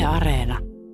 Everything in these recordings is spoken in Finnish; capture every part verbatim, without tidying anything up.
Areena.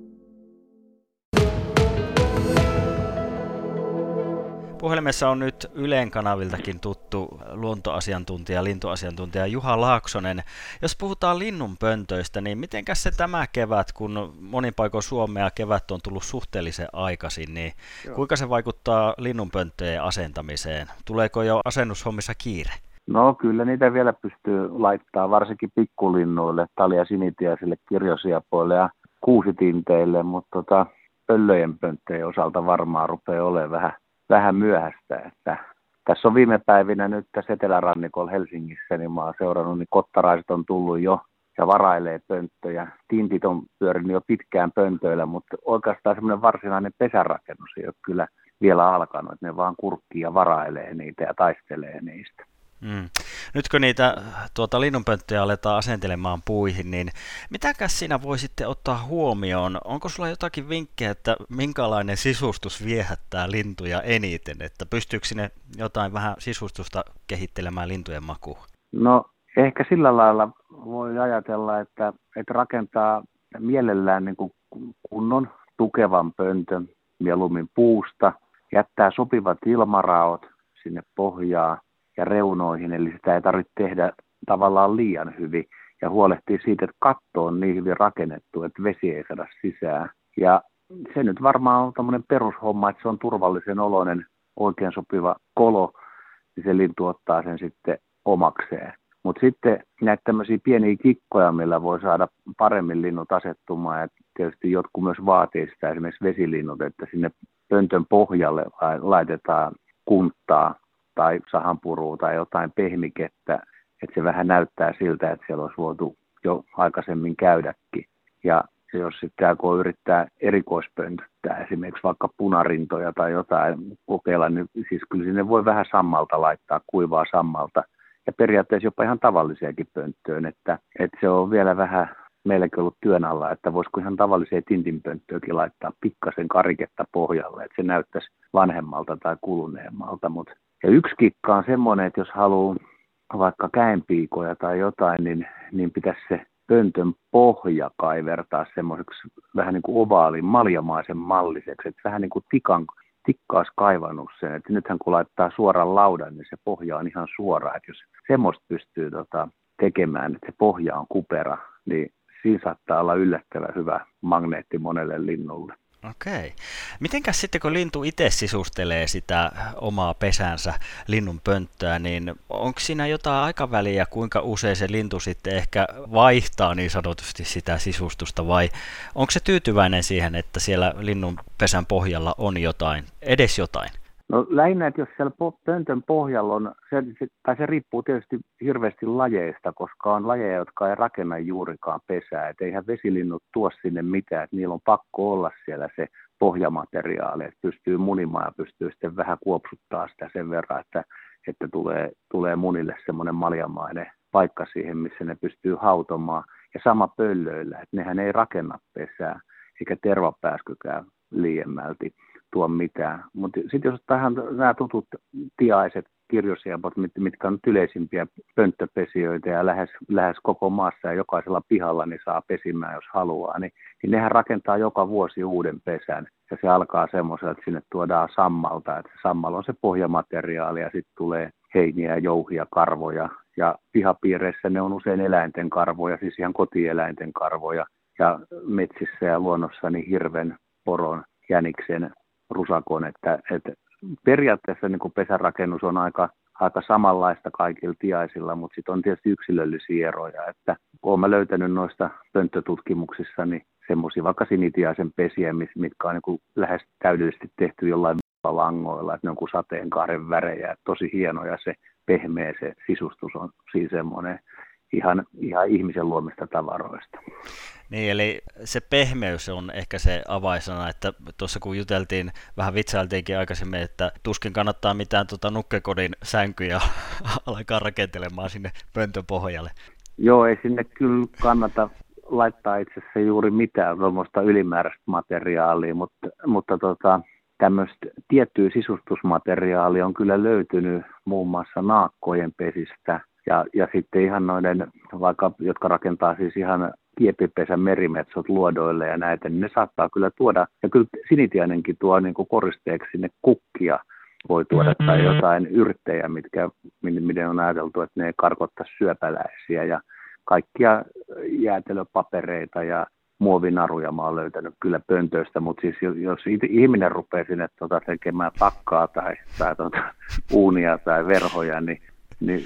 Puhelimessa on nyt Ylen kanaviltakin tuttu luontoasiantuntija, lintuasiantuntija Juha Laaksonen. Jos puhutaan linnunpöntöistä, niin mitenkäs se tämä kevät, kun monin paikoin Suomea kevät on tullut suhteellisen aikaisin, niin Joo. kuinka se vaikuttaa linnunpönttöjen asentamiseen? Tuleeko jo asennushommissa kiire? No kyllä niitä vielä pystyy laittaa varsinkin pikkulinnuille, talia sinitiaisille, kirjosiapoille ja kuusitinteille, mutta tota, pöllöjen pönttöjen osalta varmaan rupeaa olemaan vähän vähän myöhäistä, että tässä on viime päivinä nyt tässä etelärannikolla Helsingissä, niin mä oon seurannut, niin kottaraiset on tullut jo ja varailee pönttöjä. Tintit on pyörinyt jo pitkään pöntöillä, mutta oikeastaan semmoinen varsinainen pesärakennus ei ole kyllä vielä alkanut, että ne vaan kurkkii ja varailee niitä ja taistelee niistä. Mm. Nyt kun niitä tuota, linnunpönttöjä aletaan asentelemaan puihin, niin mitäkäs siinä voi sitten ottaa huomioon? Onko sulla jotakin vinkkejä, että minkälainen sisustus viehättää lintuja eniten? Että pystyykö sinne jotain vähän sisustusta kehittelemään lintujen makuun? No ehkä sillä lailla voi ajatella, että, että rakentaa mielellään niin kuin kunnon tukevan pöntön mieluummin puusta, jättää sopivat ilmaraot sinne pohjaan ja reunoihin, eli sitä ei tarvitse tehdä tavallaan liian hyvin, ja huolehtii siitä, että katto on niin hyvin rakennettu, että vesi ei saada sisään. Ja se nyt varmaan on tämmöinen perushomma, että se on turvallisen oloinen, oikein sopiva kolo, niin se lintu ottaa sen sitten omakseen. Mutta sitten näitä tämmöisiä pieniä kikkoja, millä voi saada paremmin linnut asettumaan, ja tietysti jotkut myös vaatii sitä, esimerkiksi vesilinnut, että sinne pöntön pohjalle laitetaan kunttaa, tai sahanpurua tai jotain pehmikettä, että se vähän näyttää siltä, että siellä olisi voitu jo aikaisemmin käydäkin. Ja jos sitten alkoi yrittää erikoispöntöttää, esimerkiksi vaikka punarintoja tai jotain kokeilla, niin siis kyllä sinne voi vähän sammalta laittaa, kuivaa sammalta. Ja periaatteessa jopa ihan tavallisiakin pönttöön, että, että se on vielä vähän meilläkin ollut työn alla, että voisiko ihan tavalliseen tintinpönttöönkin laittaa pikkasen kariketta pohjalle, että se näyttäisi vanhemmalta tai kuluneemmalta, mutta ja yksi kikka on semmoinen, että jos haluaa vaikka käenpiikoja tai jotain, niin, niin pitäisi se pöntön pohja kaivertaa semmoiseksi vähän niin kuin ovaalin maljamaisen malliseksi, että vähän niin kuin tikan, tikka olisi kaivannut sen. Että nythän kun laittaa suoran laudan, niin se pohja on ihan suora. Että jos semmoista pystyy tota, tekemään, että se pohja on kupera, niin siinä saattaa olla yllättävän hyvä magneetti monelle linnulle. Okei. Mitenkäs sitten kun lintu itse sisustelee sitä omaa pesänsä linnun pönttöä, niin onko siinä jotain aikaväliä, kuinka usein se lintu sitten ehkä vaihtaa niin sanotusti sitä sisustusta, vai onko se tyytyväinen siihen, että siellä linnun pesän pohjalla on jotain, edes jotain? No lähinnä, että jos siellä pöntön pohjalla on, se, se, tai se riippuu tietysti hirveästi lajeista, koska on lajeja, jotka ei rakenna juurikaan pesää. Et eihän vesilinnut tuo sinne mitään, että niillä on pakko olla siellä se pohjamateriaali, että pystyy munimaan ja pystyy sitten vähän kuopsuttaa sitä sen verran, että, että tulee, tulee munille semmoinen maljamainen paikka siihen, missä ne pystyy hautomaan. Ja sama pöllöillä, että nehän ei rakenna pesää, eikä tervapääskykään liiemmälti tuo mitään. Mutta sitten jos tähän nämä tutut tiaiset kirjosiapot, mitkä on nyt yleisimpiä pönttöpesijöitä ja lähes, lähes koko maassa ja jokaisella pihalla niin saa pesimään, jos haluaa, niin, niin nehän rakentaa joka vuosi uuden pesän. Ja se alkaa semmoisella, että sinne tuodaan sammalta, että sammal on se pohjamateriaali ja sitten tulee heiniä, jouhia, karvoja. Ja pihapiireissä ne on usein eläinten karvoja, siis ihan kotieläinten karvoja. Ja metsissä ja luonnossa niin hirven, poron, jäniksen, rusakon, että, että periaatteessa niin kuin pesärakennus on aika, aika samanlaista kaikilla tiaisilla, mutta sitten on tietysti yksilöllisiä eroja, että olen mä löytänyt noista pönttötutkimuksissa niin semmoisia vaikka sinitiaisen pesiä, mitkä on niin kuin lähes täydellisesti tehty jollain langoilla, että ne on kuin sateenkaaren värejä, että tosi hienoja se pehmeä se sisustus on siis semmoinen ihan, ihan ihmisen luomista tavaroista. Niin, eli se pehmeys on ehkä se avainsana, että tuossa kun juteltiin, vähän vitsailtiinkin aikaisemmin, että tuskin kannattaa mitään tuota nukkekodin sänkyjä alkaa rakentelemaan sinne pöntön pohjalle. Joo, ei sinne kyllä kannata laittaa itse asiassa juuri mitään tuommoista ylimääräistä materiaalia, mutta, mutta tota, tämmöistä tiettyä sisustusmateriaalia on kyllä löytynyt muun muassa naakkojen pesistä ja, ja sitten ihan noiden, vaikka, jotka rakentaa siis ihan kiepipesä merimetsot luodoille ja näitä, niin ne saattaa kyllä tuoda, ja kyllä sinitiainenkin tuo niin kuin koristeeksi sinne kukkia voi tuoda, mm-hmm. tai jotain yrttejä, mitkä, miten on ajateltu, että ne karkottaisi syöpäläisiä, ja kaikkia jäätelöpapereita ja muovinaruja mä oon löytänyt kyllä pöntöistä, mutta siis jos ihminen rupeaa sinne tota tekemään takkaa tai, tai tota, uunia tai verhoja, niin, niin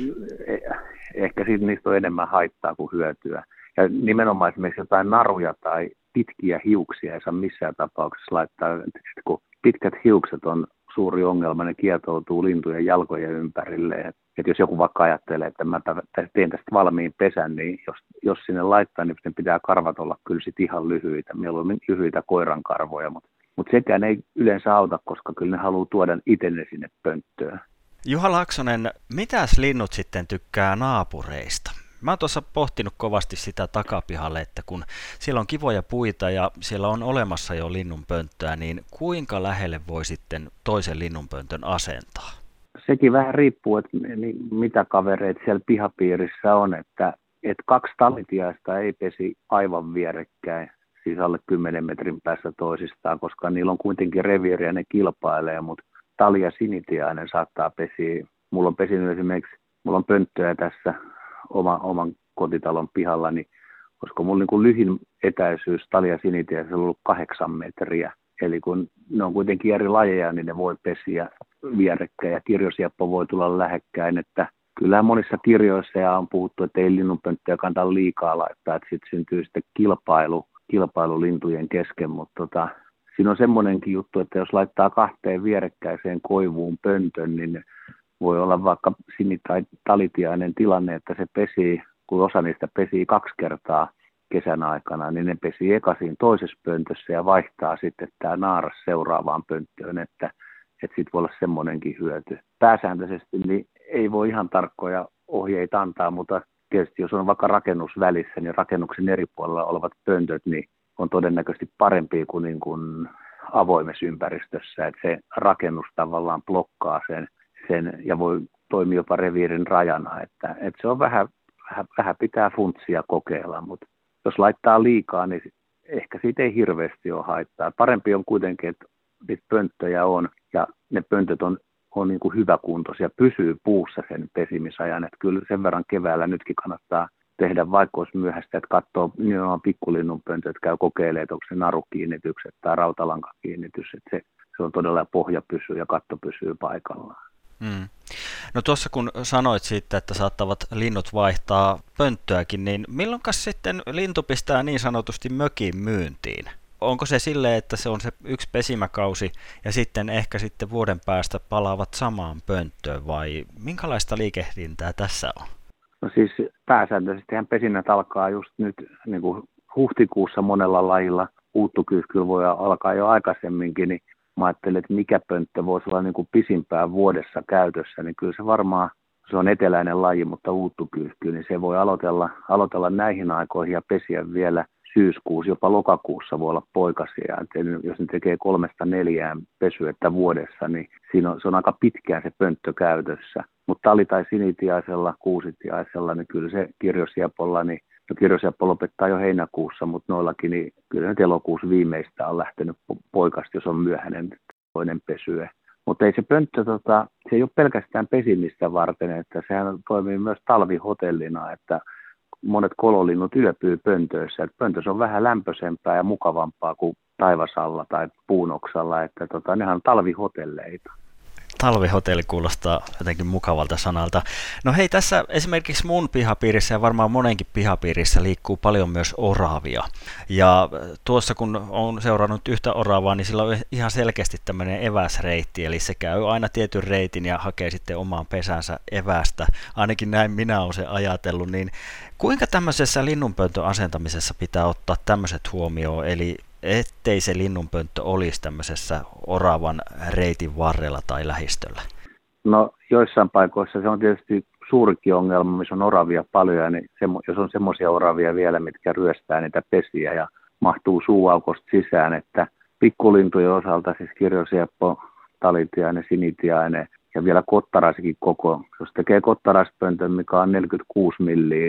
ehkä siitä niistä on enemmän haittaa kuin hyötyä. Ja nimenomaan esimerkiksi jotain naruja tai pitkiä hiuksia ei saa missään tapauksessa laittaa, kun pitkät hiukset on suuri ongelma, ne kietoutuu lintujen jalkojen ympärille. Että jos joku vaikka ajattelee, että mä teen tästä valmiin pesän, niin jos, jos sinne laittaa, niin sitten pitää karvat olla kyllä sit ihan lyhyitä, mieluummin lyhyitä koirankarvoja, mutta mut sekään ei yleensä auta, koska kyllä ne haluaa tuoda itenne sinne pönttöön. Juha Laaksonen, mitäs linnut sitten tykkää naapureista? Mä oon tuossa pohtinut kovasti sitä takapihalle, että kun siellä on kivoja puita ja siellä on olemassa jo linnunpönttöä, niin kuinka lähelle voi sitten toisen linnunpöntön asentaa? Sekin vähän riippuu, että mitä kavereita siellä pihapiirissä on, että, että kaksi talitiaista ei pesi aivan vierekkäin, siis alle kymmenen metrin päässä toisistaan, koska niillä on kuitenkin reviiri ja ne kilpailee, mutta tali ja sinitiainen saattaa pesiä. Mulla on pesinyt esimerkiksi, mulla on pönttöjä tässä oma, oman kotitalon pihalla, niin koska mulla niin kuin lyhin etäisyys tali ja sinitiaisella on ollut kahdeksan metriä. Eli kun ne on kuitenkin eri lajeja, niin ne voi pesiä vierekkäin ja kirjosieppo voi tulla lähekkäin. Että kyllä monissa kirjoissa ja on puhuttu, että ei linnunpönttöjä kannata liikaa laittaa, että sitten syntyy sitten kilpailu, kilpailu lintujen kesken. Mutta tota, siinä on semmoinenkin juttu, että jos laittaa kahteen vierekkäiseen koivuun pöntön, niin voi olla vaikka sini- tai talitiainen tilanne, että se pesii, kun osa niistä pesii kaksi kertaa kesän aikana, niin ne pesii ekaisin toisessa pöntössä ja vaihtaa sitten tämä naaras seuraavaan pönttöön, että, että sitten voi olla semmoinenkin hyöty. Pääsääntöisesti niin ei voi ihan tarkkoja ohjeita antaa, mutta tietysti jos on vaikka rakennus välissä, niin rakennuksen eri puolella olevat pöntöt niin on todennäköisesti parempi kuin, niin kuin avoimessa ympäristössä, että se rakennus tavallaan blokkaa sen, sen ja voi toimia jopa reviirin rajana, että, että se on vähän, vähän, vähän pitää funtsia kokeilla, mutta jos laittaa liikaa, niin ehkä siitä ei hirveästi ole haittaa. Parempi on kuitenkin, että niitä pönttöjä on ja ne pöntöt on, on niin kuin hyväkuntoisia, pysyy puussa sen pesimisajan. Että kyllä sen verran keväällä nytkin kannattaa tehdä, vaikka olisi myöhäistä, että katsoo nimenomaan pikkulinnun pöntöt, käy kokeilemaan, että onko se narukiinnitykset tai rautalankakiinnitys. Että se, se on todella pohja pysyy ja katto pysyy paikallaan. Hmm. No tuossa kun sanoit siitä, että saattavat linnut vaihtaa pönttöäkin, niin milloinkas sitten lintu pistää niin sanotusti mökin myyntiin? Onko se silleen, että se on se yksi pesimäkausi ja sitten ehkä sitten vuoden päästä palaavat samaan pönttöön vai minkälaista liikehdintää tässä on? No siis pääsääntöisestihän pesinnät alkaa just nyt niin kuin huhtikuussa monella lajilla. Uuttukyyhkyllä voi alkaa jo aikaisemminkin, niin mä ajattelin, että mikä pönttö voisi olla niin kuin pisimpään vuodessa käytössä, niin kyllä se varmaan, se on eteläinen laji, mutta uuttukyyhky, niin se voi aloitella, aloitella näihin aikoihin ja pesiä vielä syyskuussa, jopa lokakuussa voi olla poikasia. Et jos ne tekee kolmesta neljään pesyettä vuodessa, niin siinä on, se on aika pitkään se pönttö käytössä. Mutta tali- tai sinitiaisella, kuusitiaisella, niin kyllä se kirjosiepolla, niin no kirjosieppo lopettaa jo heinäkuussa, mutta noillakin, niin kyllä nyt elokuussa viimeistä on lähtenyt poikasta, jos on myöhäinen toinen pesye. Mutta ei se pönttö, tota, se ei ole pelkästään pesimistä varten, että sehän toimii myös talvihotellina, että monet kololinnut yöpyy pöntöissä. Et pöntössä on vähän lämpöisempää ja mukavampaa kuin taivasalla tai puunoksalla, että tota, nehän on talvihotelleita. Talvihotelli kuulostaa jotenkin mukavalta sanalta. No hei, tässä esimerkiksi mun pihapiirissä ja varmaan monenkin pihapiirissä liikkuu paljon myös oravia. Ja tuossa kun olen seurannut yhtä oravaa, niin sillä on ihan selkeästi tämmöinen eväsreitti, eli se käy aina tietyn reitin ja hakee sitten omaan pesänsä evästä. Ainakin näin minä olen se ajatellut. Niin kuinka tämmöisessä linnunpöntön asentamisessa pitää ottaa tämmöiset huomioon, eli ettei se linnunpönttö olisi tämmöisessä oravan reitin varrella tai lähistöllä? No joissain paikoissa se on tietysti suurikin ongelma, missä on oravia paljon, niin se, jos on semmoisia oravia vielä, mitkä ryöstää niitä pesiä ja mahtuu suuaukosta sisään, että pikkulintujen osalta siis kirjosieppo, talitiainen, sinitiainen ja vielä kottaraisikin koko, jos tekee kottaraspöntön, mikä on neljäkymmentäkuusi milliä se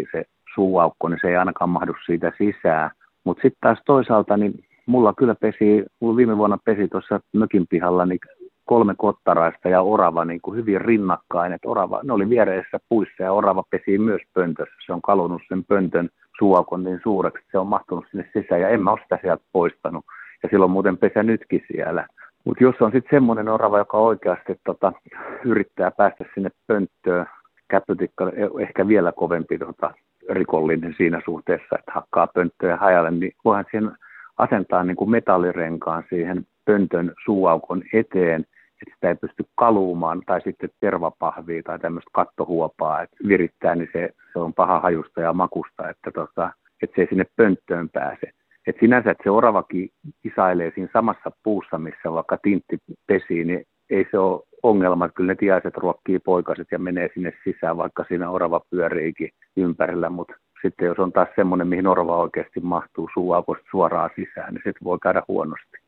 suuaukko, niin se ei ainakaan mahdu siitä sisään. Mutta sitten taas toisaalta, niin mulla kyllä pesi, mulla viime vuonna pesi tuossa mökin pihalla niin kolme kottaraista ja orava niin kuin hyvin rinnakkain. Et orava, ne oli viereisissä puissa ja orava pesi myös pöntössä. Se on kalunut sen pöntön suuaukon niin suureksi, että se on mahtunut sinne sisään ja en mä ole sitä sieltä poistanut. Ja silloin muuten pesä nytkin siellä. Mutta jos on sitten semmoinen orava, joka oikeasti tota, yrittää päästä sinne pönttöön, käppytikka ehkä vielä kovempi tota, rikollinen siinä suhteessa, että hakkaa pönttöä hajalle, niin voihan siihen asentaa niin kuin metallirenkaan siihen pöntön suuaukon eteen, että sitä ei pysty kaluumaan, tai sitten tervapahvia tai tämmöistä kattohuopaa, että virittää, niin se, se on paha hajusta ja makusta, että, tota, että se ei sinne pönttöön pääse. Et sinänsä, että se oravakin kisailee siinä samassa puussa, missä vaikka tintti pesii, niin ei se ole ongelma. Kyllä ne tiaiset ruokkii poikaset ja menee sinne sisään, vaikka siinä orava pyöriikin ympärillä. Mutta sitten jos on taas semmoinen, mihin orava oikeasti mahtuu suuaukosta suoraan sisään, niin sitten voi käydä huonosti.